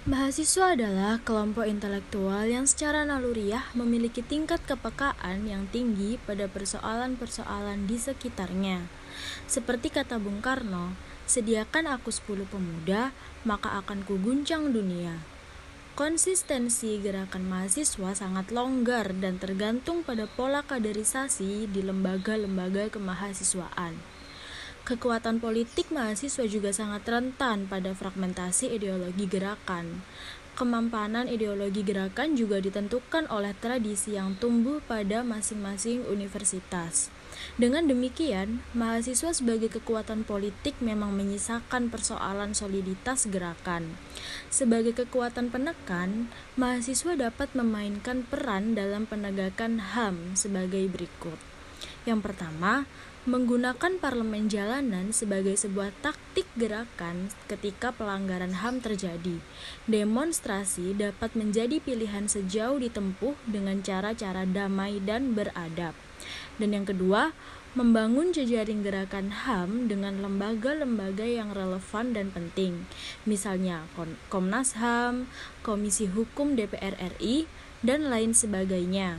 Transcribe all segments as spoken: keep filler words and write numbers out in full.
Mahasiswa adalah kelompok intelektual yang secara naluriah memiliki tingkat kepekaan yang tinggi pada persoalan-persoalan di sekitarnya. Seperti kata Bung Karno, "Sediakan aku sepuluh pemuda, maka akan kuguncang dunia." Konsistensi gerakan mahasiswa sangat longgar dan tergantung pada pola kaderisasi di lembaga-lembaga kemahasiswaan. Kekuatan politik mahasiswa juga sangat rentan pada fragmentasi ideologi gerakan. Kemampanan ideologi gerakan juga ditentukan oleh tradisi yang tumbuh pada masing-masing universitas. Dengan demikian, mahasiswa sebagai kekuatan politik memang menyisakan persoalan soliditas gerakan. Sebagai kekuatan penekan, mahasiswa dapat memainkan peran dalam penegakan H A M sebagai berikut. Yang pertama, menggunakan parlemen jalanan sebagai sebuah taktik gerakan ketika pelanggaran H A M terjadi. Demonstrasi dapat menjadi pilihan sejauh ditempuh dengan cara-cara damai dan beradab. Dan yang kedua, membangun jejaring gerakan H A M dengan lembaga-lembaga yang relevan dan penting. Misalnya Komnas H A M, Komisi Hukum D P R R I, dan lain sebagainya.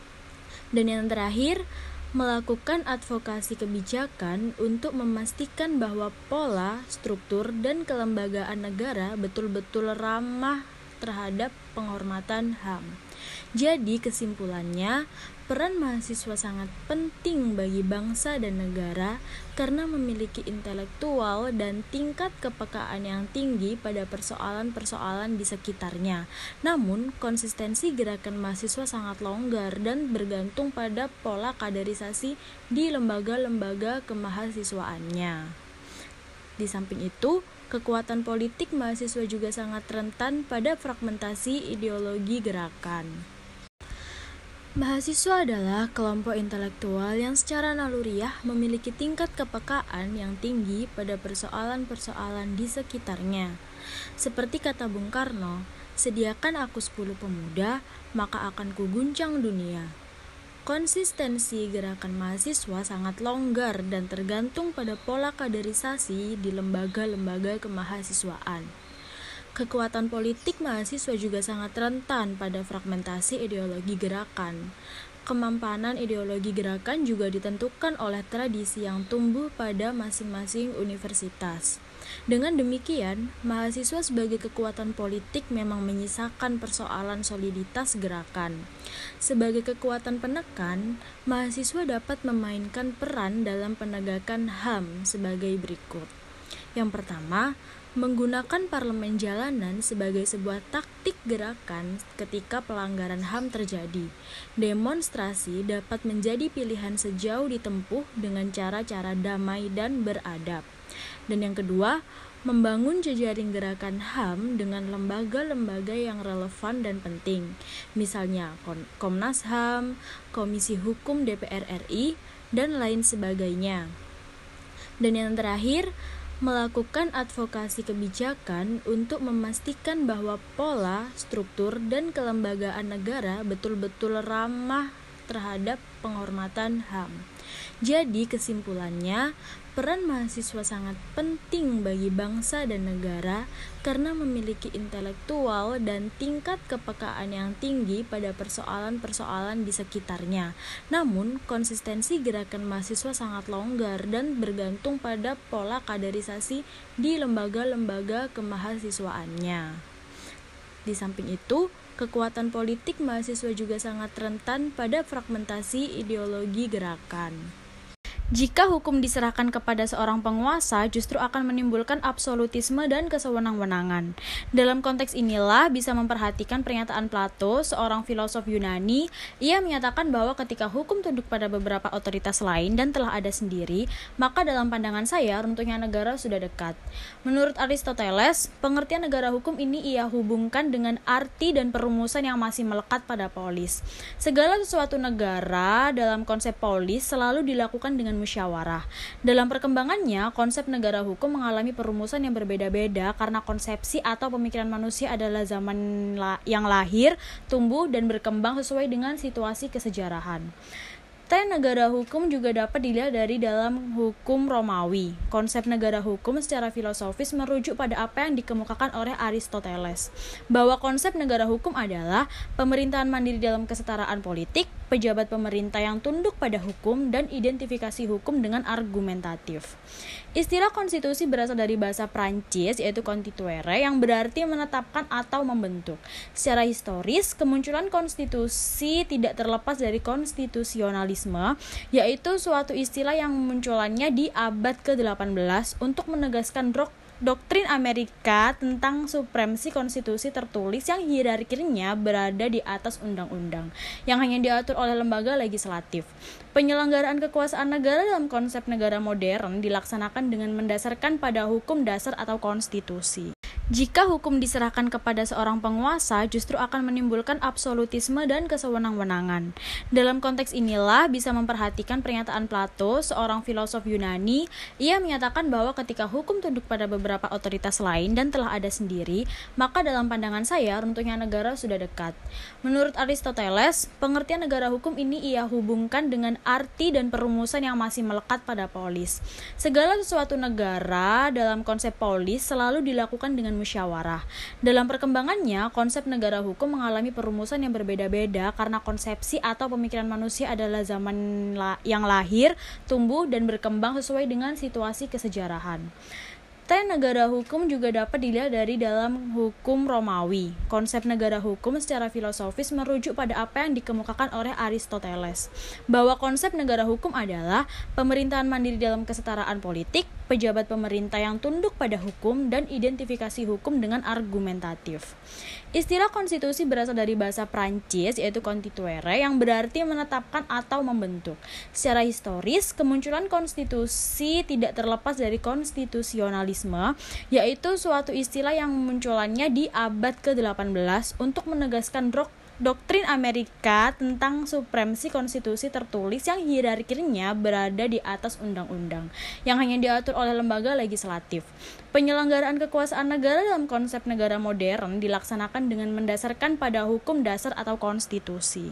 Dan yang terakhir, melakukan advokasi kebijakan untuk memastikan bahwa pola, struktur, dan kelembagaan negara betul-betul ramah terhadap penghormatan H A M. Jadi kesimpulannya, peran mahasiswa sangat penting bagi bangsa dan negara karena memiliki intelektual dan tingkat kepekaan yang tinggi pada persoalan-persoalan di sekitarnya. Namun, konsistensi gerakan mahasiswa sangat longgar dan bergantung pada pola kaderisasi di lembaga-lembaga kemahasiswaannya. Di samping itu, kekuatan politik mahasiswa juga sangat rentan pada fragmentasi ideologi gerakan. Mahasiswa adalah kelompok intelektual yang secara naluriah memiliki tingkat kepekaan yang tinggi pada persoalan-persoalan di sekitarnya. Seperti kata Bung Karno, "Sediakan aku sepuluh pemuda, maka akan kuguncang dunia." Konsistensi gerakan mahasiswa sangat longgar dan tergantung pada pola kaderisasi di lembaga-lembaga kemahasiswaan. Kekuatan politik mahasiswa juga sangat rentan pada fragmentasi ideologi gerakan. Kemampanan ideologi gerakan juga ditentukan oleh tradisi yang tumbuh pada masing-masing universitas. Dengan demikian, mahasiswa sebagai kekuatan politik memang menyisakan persoalan soliditas gerakan. Sebagai kekuatan penekan, mahasiswa dapat memainkan peran dalam penegakan H A M sebagai berikut. Yang pertama, menggunakan parlemen jalanan sebagai sebuah taktik gerakan ketika pelanggaran H A M terjadi. Demonstrasi dapat menjadi pilihan sejauh ditempuh dengan cara-cara damai dan beradab. Dan yang kedua, membangun jejaring gerakan H A M dengan lembaga-lembaga yang relevan dan penting. Misalnya Komnas H A M, Komisi Hukum D P R R I, dan lain sebagainya. Dan yang terakhir, melakukan advokasi kebijakan untuk memastikan bahwa pola, struktur, dan kelembagaan negara betul-betul ramah terhadap penghormatan H A M. Jadi kesimpulannya, peran mahasiswa sangat penting bagi bangsa dan negara karena memiliki intelektual dan tingkat kepekaan yang tinggi pada persoalan-persoalan di sekitarnya. Namun, konsistensi gerakan mahasiswa sangat longgar dan bergantung pada pola kaderisasi di lembaga-lembaga kemahasiswaannya. Di samping itu, kekuatan politik mahasiswa juga sangat rentan pada fragmentasi ideologi gerakan. Jika hukum diserahkan kepada seorang penguasa, justru akan menimbulkan absolutisme dan kesewenang-wenangan. Dalam konteks inilah bisa memperhatikan pernyataan Plato, seorang filosof Yunani. Ia menyatakan bahwa ketika hukum tunduk pada beberapa otoritas lain dan telah ada sendiri, maka dalam pandangan saya runtuhnya negara sudah dekat. Menurut Aristoteles, pengertian negara hukum ini ia hubungkan dengan arti dan perumusan yang masih melekat pada polis. Segala sesuatu negara dalam konsep polis selalu dilakukan dengan musyawarah. Dalam perkembangannya, konsep negara hukum mengalami perumusan yang berbeda-beda karena konsepsi atau pemikiran manusia adalah zaman la- yang lahir, tumbuh, dan berkembang sesuai dengan situasi kesejarahan. Tren negara hukum juga dapat dilihat dari dalam hukum Romawi. Konsep negara hukum secara filosofis merujuk pada apa yang dikemukakan oleh Aristoteles, bahwa konsep negara hukum adalah pemerintahan mandiri dalam kesetaraan politik, pejabat pemerintah yang tunduk pada hukum, dan identifikasi hukum dengan argumentatif. Istilah konstitusi berasal dari bahasa Prancis, yaitu constituere, yang berarti menetapkan atau membentuk. Secara historis, kemunculan konstitusi tidak terlepas dari konstitusionalisme, yaitu suatu istilah yang munculannya di abad ke delapan belas untuk menegaskan dok- doktrin Amerika tentang supremasi konstitusi tertulis yang hierarkinya berada di atas undang-undang, yang hanya diatur oleh lembaga legislatif. Penyelenggaraan kekuasaan negara dalam konsep negara modern dilaksanakan dengan mendasarkan pada hukum dasar atau konstitusi. Jika hukum diserahkan kepada seorang penguasa, justru akan menimbulkan absolutisme dan kesewenang-wenangan. Dalam konteks inilah bisa memperhatikan pernyataan Plato, seorang filosof Yunani. Ia menyatakan bahwa ketika hukum tunduk pada beberapa otoritas lain dan telah ada sendiri, maka dalam pandangan saya runtuhnya negara sudah dekat. Menurut Aristoteles, pengertian negara hukum ini ia hubungkan dengan arti dan perumusan yang masih melekat pada polis. Segala sesuatu negara dalam konsep polis selalu dilakukan dengan musyawarah. Dalam perkembangannya, konsep negara hukum mengalami perumusan yang berbeda-beda karena konsepsi atau pemikiran manusia adalah zaman la- yang lahir, tumbuh, dan berkembang sesuai dengan situasi kesejarahan. Tren negara hukum juga dapat dilihat dari dalam hukum Romawi. Konsep negara hukum secara filosofis merujuk pada apa yang dikemukakan oleh Aristoteles, bahwa konsep negara hukum adalah pemerintahan mandiri dalam kesetaraan politik, pejabat pemerintah yang tunduk pada hukum, dan identifikasi hukum dengan argumentatif. Istilah konstitusi berasal dari bahasa Prancis, yaitu constituere, yang berarti menetapkan atau membentuk. Secara historis, kemunculan konstitusi tidak terlepas dari konstitusionalisme, yaitu suatu istilah yang munculannya di abad ke delapan belas untuk menegaskan dok- doktrin Amerika tentang supremasi konstitusi tertulis yang hierarkinya berada di atas undang-undang, yang hanya diatur oleh lembaga legislatif. Penyelenggaraan kekuasaan negara dalam konsep negara modern dilaksanakan dengan mendasarkan pada hukum dasar atau konstitusi.